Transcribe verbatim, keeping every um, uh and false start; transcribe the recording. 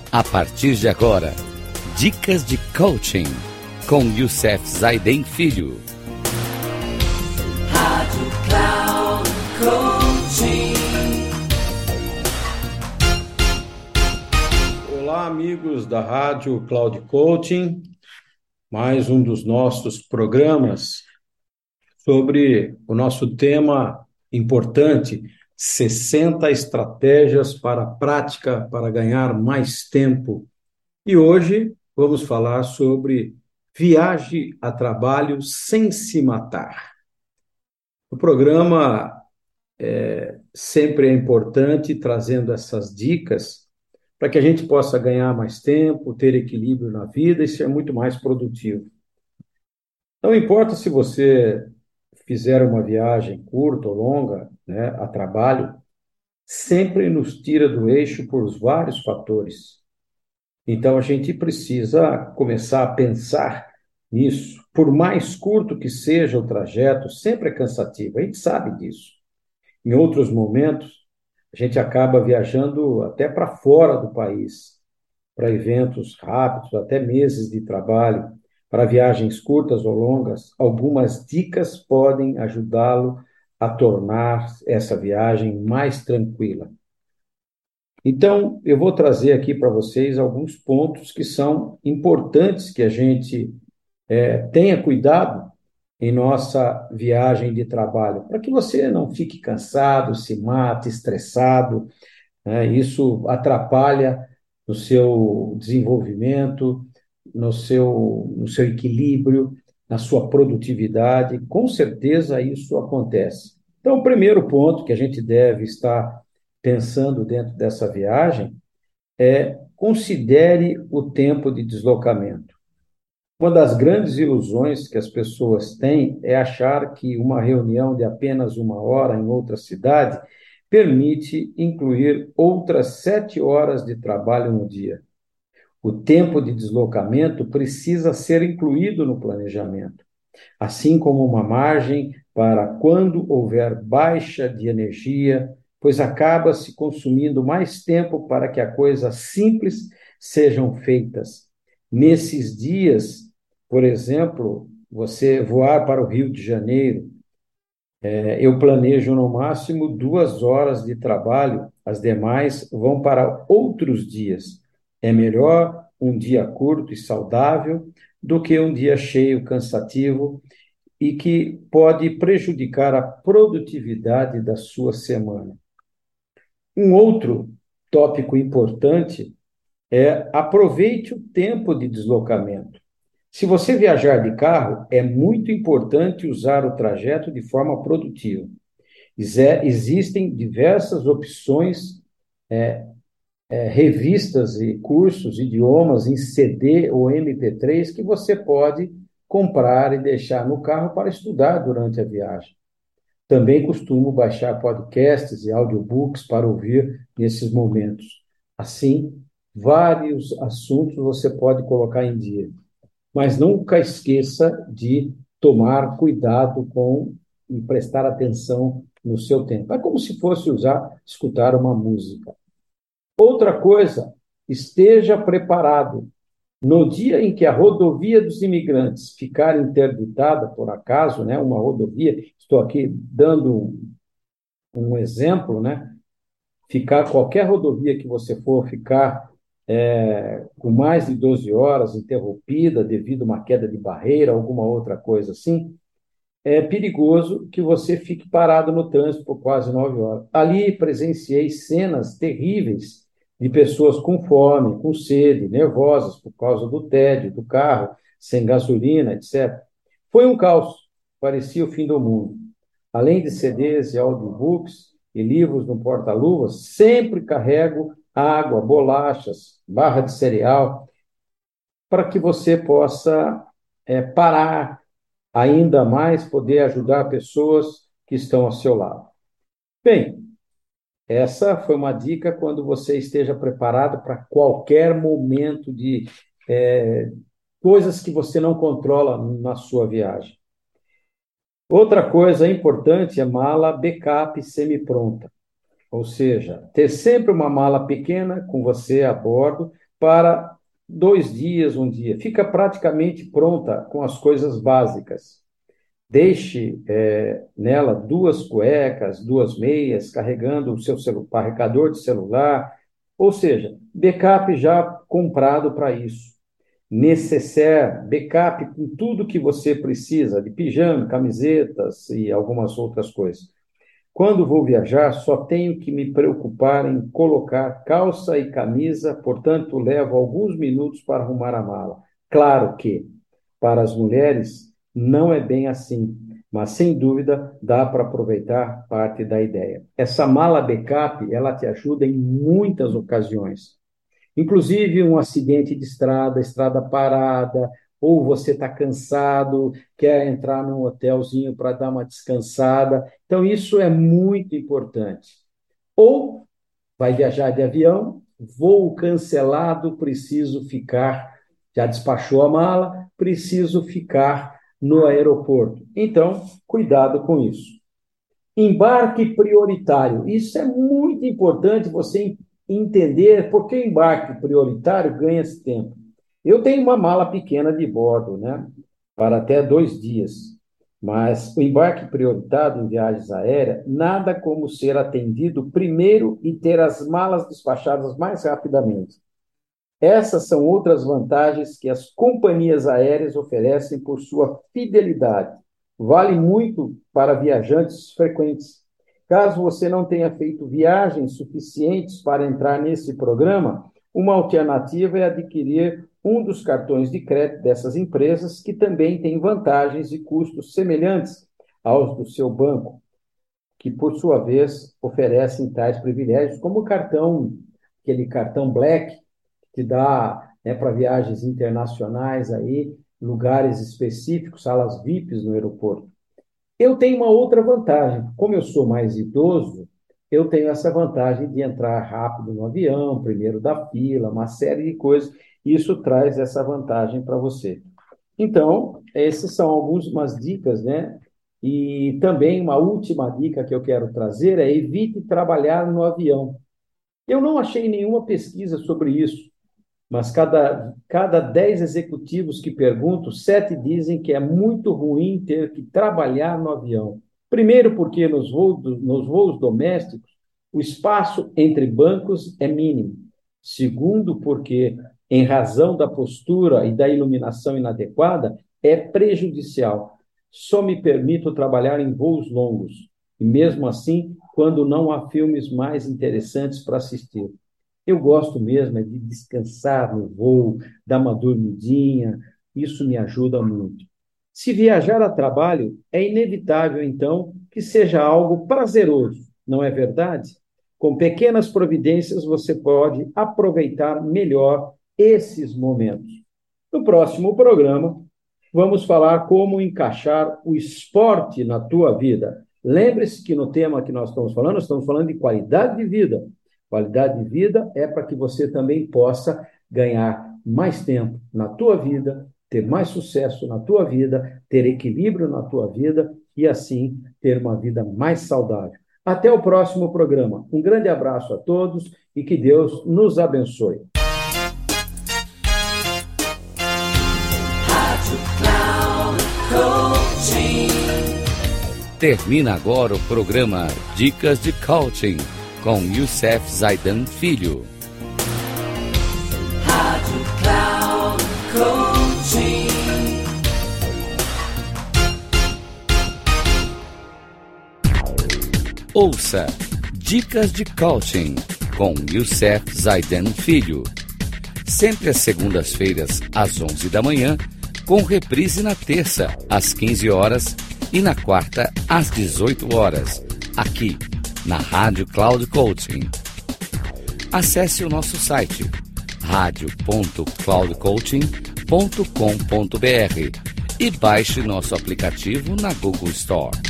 A partir de agora, dicas de coaching com Youssef Zaiden Filho. Rádio Cloud Coaching. Olá, amigos da Rádio Cloud Coaching. Mais um dos nossos programas sobre o nosso tema importante, sessenta estratégias para a prática para ganhar mais tempo. E hoje vamos falar sobre viaje a trabalho sem se matar. O programa é, sempre é importante trazendo essas dicas para que a gente possa ganhar mais tempo, ter equilíbrio na vida e ser muito mais produtivo. Não importa se você fizer uma viagem curta ou longa, né, a trabalho, sempre nos tira do eixo por vários fatores. Então, a gente precisa começar a pensar nisso. Por mais curto que seja o trajeto, sempre é cansativo, a gente sabe disso. Em outros momentos, a gente acaba viajando até para fora do país, para eventos rápidos, até meses de trabalho, para viagens curtas ou longas. Algumas dicas podem ajudá-lo a tornar essa viagem mais tranquila. Então, eu vou trazer aqui para vocês alguns pontos que são importantes que a gente é, tenha cuidado em nossa viagem de trabalho, para que você não fique cansado, se mate, estressado, né? Isso atrapalha no seu desenvolvimento, no seu, no seu equilíbrio, na sua produtividade. Com certeza isso acontece. Então, o primeiro ponto que a gente deve estar pensando dentro dessa viagem é considere o tempo de deslocamento. Uma das grandes ilusões que as pessoas têm é achar que uma reunião de apenas uma hora em outra cidade permite incluir outras sete horas de trabalho no dia. O tempo de deslocamento precisa ser incluído no planejamento, assim como uma margem para quando houver baixa de energia, pois acaba se consumindo mais tempo para que as coisas simples sejam feitas. Nesses dias, por exemplo, você voar para o Rio de Janeiro, é, eu planejo no máximo duas horas de trabalho, as demais vão para outros dias. É melhor um dia curto e saudável do que um dia cheio, cansativo e que pode prejudicar a produtividade da sua semana. Um outro tópico importante é aproveite o tempo de deslocamento. Se você viajar de carro, é muito importante usar o trajeto de forma produtiva. Existem diversas opções, é, é, revistas e cursos, idiomas em C D ou M P três que você pode comprar e deixar no carro para estudar durante a viagem. Também costumo baixar podcasts e audiobooks para ouvir nesses momentos. Assim, vários assuntos você pode colocar em dia. Mas nunca esqueça de tomar cuidado com e prestar atenção no seu tempo. É como se fosse usar, escutar uma música. Outra coisa, esteja preparado. No dia em que a rodovia dos imigrantes ficar interditada, por acaso, né, uma rodovia, estou aqui dando um, um exemplo, né, ficar qualquer rodovia que você for ficar é, com mais de doze horas interrompida devido a uma queda de barreira, alguma outra coisa assim, é perigoso que você fique parado no trânsito por quase nove horas. Ali presenciei cenas terríveis de pessoas com fome, com sede, nervosas por causa do tédio, do carro, sem gasolina, etcétera. Foi um caos, parecia o fim do mundo. Além de C Ds e audiobooks e livros no porta-luvas, sempre carrego água, bolachas, barra de cereal, para que você possa é, parar ainda mais, poder ajudar pessoas que estão ao seu lado. Bem, essa foi uma dica quando você esteja preparado para qualquer momento de é, coisas que você não controla na sua viagem. Outra coisa importante é mala backup semi-pronta, ou seja, ter sempre uma mala pequena com você a bordo para dois dias, um dia. Fica praticamente pronta com as coisas básicas. Deixe é, nela duas cuecas, duas meias, carregando o seu celu- carregador de celular, ou seja, backup já comprado para isso. Necessaire, backup com tudo que você precisa, de pijama, camisetas e algumas outras coisas. Quando vou viajar, só tenho que me preocupar em colocar calça e camisa, portanto, levo alguns minutos para arrumar a mala. Claro que, para as mulheres, não é bem assim, mas sem dúvida dá para aproveitar parte da ideia. Essa mala backup, ela te ajuda em muitas ocasiões. Inclusive um acidente de estrada, estrada parada, ou você está cansado, quer entrar num hotelzinho para dar uma descansada. Então, isso é muito importante. Ou vai viajar de avião, voo cancelado, preciso ficar, já despachou a mala, preciso ficar no aeroporto. Então, cuidado com isso. Embarque prioritário. Isso é muito importante você entender por que embarque prioritário ganha esse tempo. Eu tenho uma mala pequena de bordo, né? Para até dois dias. Mas o embarque prioritário em viagens aéreas, nada como ser atendido primeiro e ter as malas despachadas mais rapidamente. Essas são outras vantagens que as companhias aéreas oferecem por sua fidelidade. Vale muito para viajantes frequentes. Caso você não tenha feito viagens suficientes para entrar nesse programa, uma alternativa é adquirir um dos cartões de crédito dessas empresas, que também tem vantagens e custos semelhantes aos do seu banco, que, por sua vez, oferecem tais privilégios, como o cartão, aquele cartão Black, que dá, né, para viagens internacionais, aí, lugares específicos, salas V I Ps no aeroporto. Eu tenho uma outra vantagem. Como eu sou mais idoso, eu tenho essa vantagem de entrar rápido no avião, primeiro da fila, uma série de coisas. Isso traz essa vantagem para você. Então, essas são algumas dicas, né? E também uma última dica que eu quero trazer é: evite trabalhar no avião. Eu não achei nenhuma pesquisa sobre isso, mas cada, cada dez executivos que pergunto, sete dizem que é muito ruim ter que trabalhar no avião. Primeiro, porque nos voos, nos voos domésticos, o espaço entre bancos é mínimo. Segundo, porque, em razão da postura e da iluminação inadequada, é prejudicial. Só me permito trabalhar em voos longos, e mesmo assim, quando não há filmes mais interessantes para assistir. Eu gosto mesmo é de descansar no voo, dar uma dormidinha, isso me ajuda muito. Se viajar a trabalho, é inevitável, então, que seja algo prazeroso, não é verdade? Com pequenas providências, você pode aproveitar melhor esses momentos. No próximo programa, vamos falar como encaixar o esporte na tua vida. Lembre-se que no tema que nós estamos falando, nós estamos falando de qualidade de vida. Qualidade de vida é para que você também possa ganhar mais tempo na tua vida, ter mais sucesso na tua vida, ter equilíbrio na tua vida e, assim, ter uma vida mais saudável. Até o próximo programa. Um grande abraço a todos e que Deus nos abençoe. Termina agora o programa Dicas de Coaching com Youssef Zaidan Filho. Rádio Cloud Coaching. Ouça Dicas de Coaching com Youssef Zaidan Filho. Sempre às segundas-feiras, às onze da manhã, com reprise na terça, às quinze horas e na quarta, às dezoito horas, aqui na Rádio Cloud Coaching. Acesse o nosso site rádio ponto cloud coaching ponto com ponto b r e baixe nosso aplicativo na Google Store.